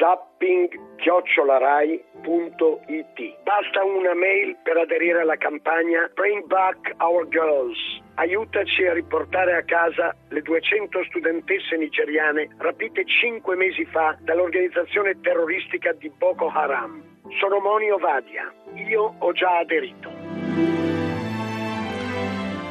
zapping@rai.it. Basta una mail per aderire alla campagna Bring Back Our Girls. Aiutaci a riportare a casa le 200 studentesse nigeriane rapite 5 mesi fa dall'organizzazione terroristica di Boko Haram. Sono Moni Ovadia. Io ho già aderito.